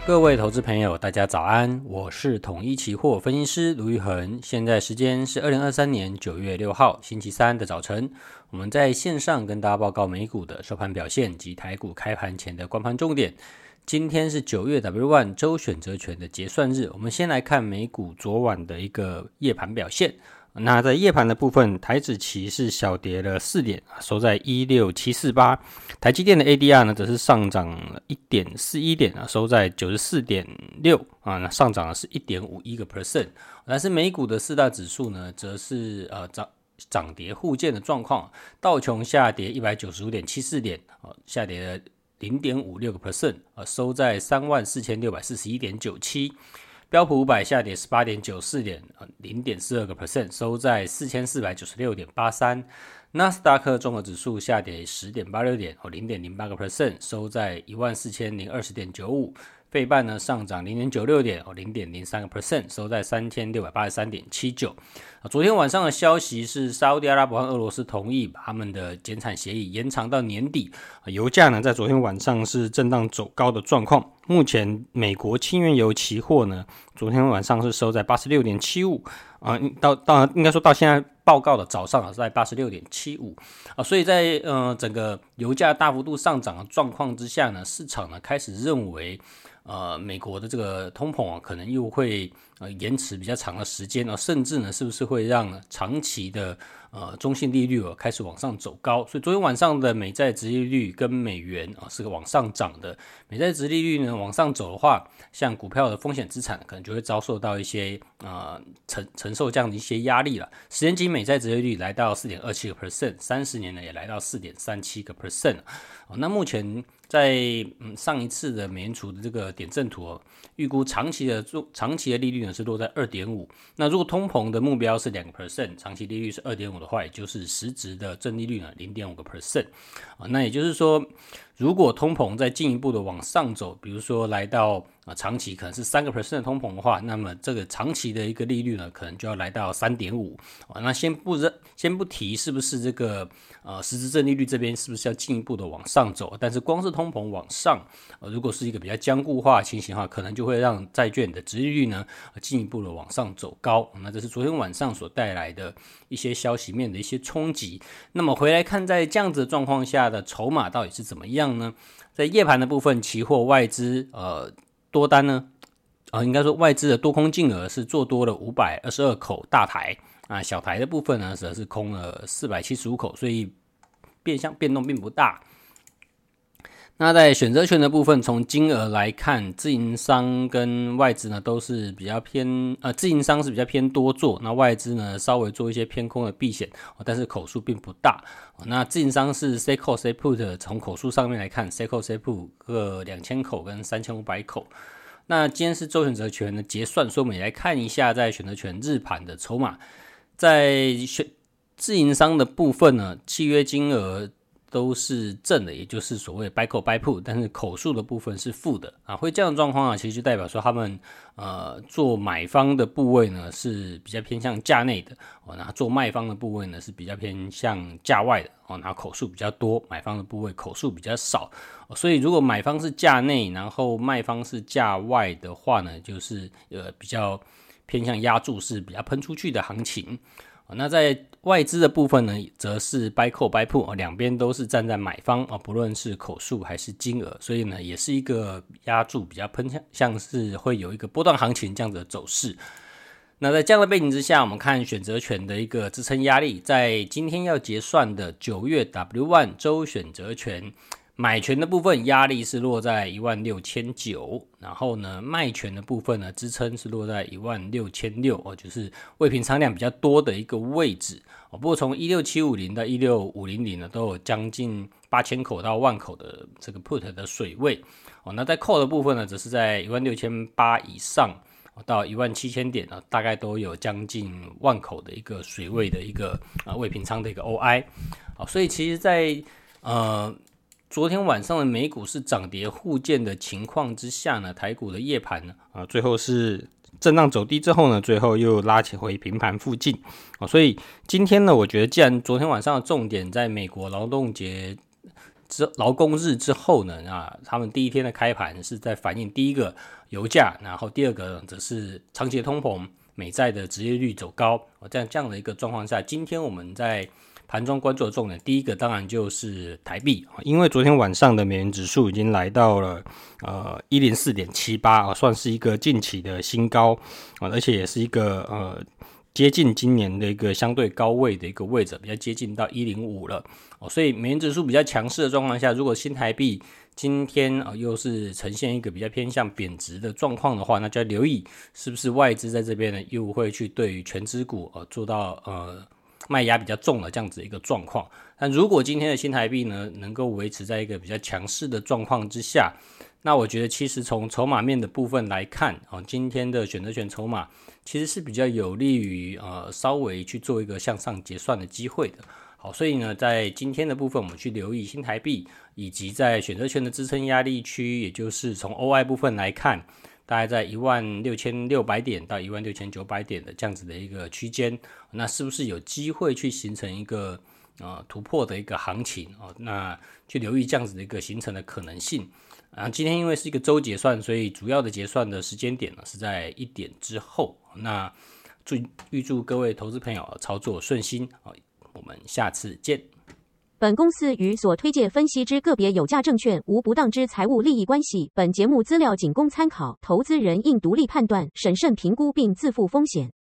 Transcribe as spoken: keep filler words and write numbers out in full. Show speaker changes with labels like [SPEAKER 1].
[SPEAKER 1] 各位投资朋友大家早安，我是统一期货分析师卢玉衡，现在时间是二零二三年九月六号星期三的早晨，我们在线上跟大家报告美股的收盘表现及台股开盘前的观盘重点。今天是九月 W 一 周选择权的结算日，我们先来看美股昨晚的一个夜盘表现。那在夜盘的部分，台指期是小跌了四点，收在一六七四八。台积电的 A D R 呢，则是上涨了 一点四一 点，收在 九十四点六， 啊，上涨的是 一点五一个 percent。但是美股的四大指数呢，则是呃涨涨跌互见的状况。道琼下跌 一百九十五点七四 点，呃、下跌了 零点五六个 percent， 呃、收在 三万四千六百四十一点九七。标普五百下跌 十八点九四 点， 零点四二个 percent， 收在 四千四百九十六点八三。纳斯达克综合指数下跌 十点八六 点， 零点零八个 percent， 收在 一万四千零二十点九五。费半呢上涨 零点九六 点， 零点零三个 percent， 收在 三千六百八十三点七九。昨天晚上的消息是沙烏地阿拉伯和俄罗斯同意把他们的减产协议延长到年底。油价呢在昨天晚上是震荡走高的状况，目前美国轻原油期货呢昨天晚上是收在 八十六点七五，呃、到到应该说到现在报告的早上是在 八十六点七五，呃、所以在呃整个油价大幅度上涨的状况之下呢，市场呢开始认为呃，美国的这个通膨啊，可能又会呃延迟比较长的时间，呃、甚至呢，是不是会让长期的呃中性利率啊开始往上走高？所以昨天晚上的美债殖利率跟美元啊是个往上涨的，美债殖利率呢往上走的话，像股票的风险资产可能就会遭受到一些呃承承受这样的一些压力了。十年期美债殖利率来到 四点二七个 percent， 三十年呢也来到 四点三七个 percent。哦，那目前在嗯上一次的美联储的这个点阵图，哦，预估长期的长期的利率呢是落在 二点五。那如果通膨的目标是 百分之二， 长期利率是 二点五 的话，也就是实质的正利率呢 零点五个 percent。啊，那也就是说，如果通膨再进一步的往上走，比如说来到啊长期可能是 百分之三 的通膨的话，那么这个长期的一个利率呢，可能就要来到 三点五。啊，那先不先不提是不是这个呃实质正利率这边是不是要进一步的往上走，但是光是通膨往上，呃，如果是一个比较僵固化的情形的话，可能就会让债券的殖利率呢进一步的往上走高。那这是昨天晚上所带来的一些消息面的一些冲击。那么回来看，在这样子的状况下的筹码到底是怎么样呢？在夜盘的部分，期货外资呃多单呢，呃，应该说外资的多空净额是做多了五百二十二口大台啊，小台的部分呢则是空了四百七十五口，所以变相变动并不大。那在选择权的部分，从金额来看，自营商跟外资呢都是比较偏，呃，自营商是比较偏多做，那外资呢稍微做一些偏空的避险，但是口数并不大。那自营商是 say call say put， 从口数上面来看 say call say put 各两千口跟三千五百口。那今天是周选择权的结算，所以我们也来看一下在选择权日盘的筹码。在选自营商的部分呢，契约金额都是正的，也就是所谓 buy call buy put， 但是口数的部分是负的啊，会这样的状况啊，其实就代表说他们呃做买方的部位呢是比较偏向价内的哦，然后做卖方的部位呢是比较偏向价外的哦，然后口数比较多，买方的部位口数比较少，哦，所以如果买方是价内，然后卖方是价外的话呢，就是呃比较偏向压住，是比较喷出去的行情。那在外资的部分呢，则是 buy call buy put， 两边都是站在买方，不论是口数还是金额，所以呢也是一个压住比较喷像是会有一个波段行情这样的走势。那在这样的背景之下，我们看选择权的一个支撑压力，在今天要结算的九月 W 一 周选择权买权的部分压力是落在 一万六千九百， 然后呢卖权的部分呢支撑是落在 一万六千六百， 就是未平仓量比较多的一个位置。不过从一六七五零到一六五零零呢都有将近八千口到万口的这个 put 的水位。那在 call 的部分呢则是在 一万六千八百 以上到一万七千点，大概都有将近万口的一个水位的一个未平仓的一个 O I。 所以其实在呃昨天晚上的美股是涨跌互见的情况之下呢，台股的夜盘呢，啊，最后是震荡走低之后呢，最后又拉起回平盘附近，哦，所以今天呢，我觉得既然昨天晚上的重点在美国劳动节之劳工日之后呢，那他们第一天的开盘是在反映第一个油价，然后第二个则是长期通膨、美债的殖利率走高，在这样的一个状况下，今天我们在盘中关注的重点，第一个当然就是台币，因为昨天晚上的美元指数已经来到了呃 一零四点七八， 算是一个近期的新高，而且也是一个呃接近今年的一个相对高位的一个位置，比较接近到一零五了，所以美元指数比较强势的状况下，如果新台币今天、呃、又是呈现一个比较偏向贬值的状况的话，那就要留意是不是外资在这边呢又会去对于全指股、呃、做到呃卖压比较重的这样子一个状况。但如果今天的新台币呢能够维持在一个比较强势的状况之下，那我觉得其实从筹码面的部分来看、哦、今天的选择权筹码其实是比较有利于呃稍微去做一个向上结算的机会的。好，所以呢在今天的部分我们去留意新台币，以及在选择权的支撑压力区，也就是从 O I 部分来看，大概在一万六千六百点到一万六千九百点的这样子的一个区间，那是不是有机会去形成一个呃突破的一个行情、哦、那去留意这样子的一个形成的可能性。啊，今天因为是一个周结算，所以主要的结算的时间点呢是在一点之后。那祝预祝各位投资朋友操作顺心，我们下次见。
[SPEAKER 2] 本公司与所推介分析之个别有价证券无不当之财务利益关系。本节目资料仅供参考，投资人应独立判断、审慎评估并自负风险。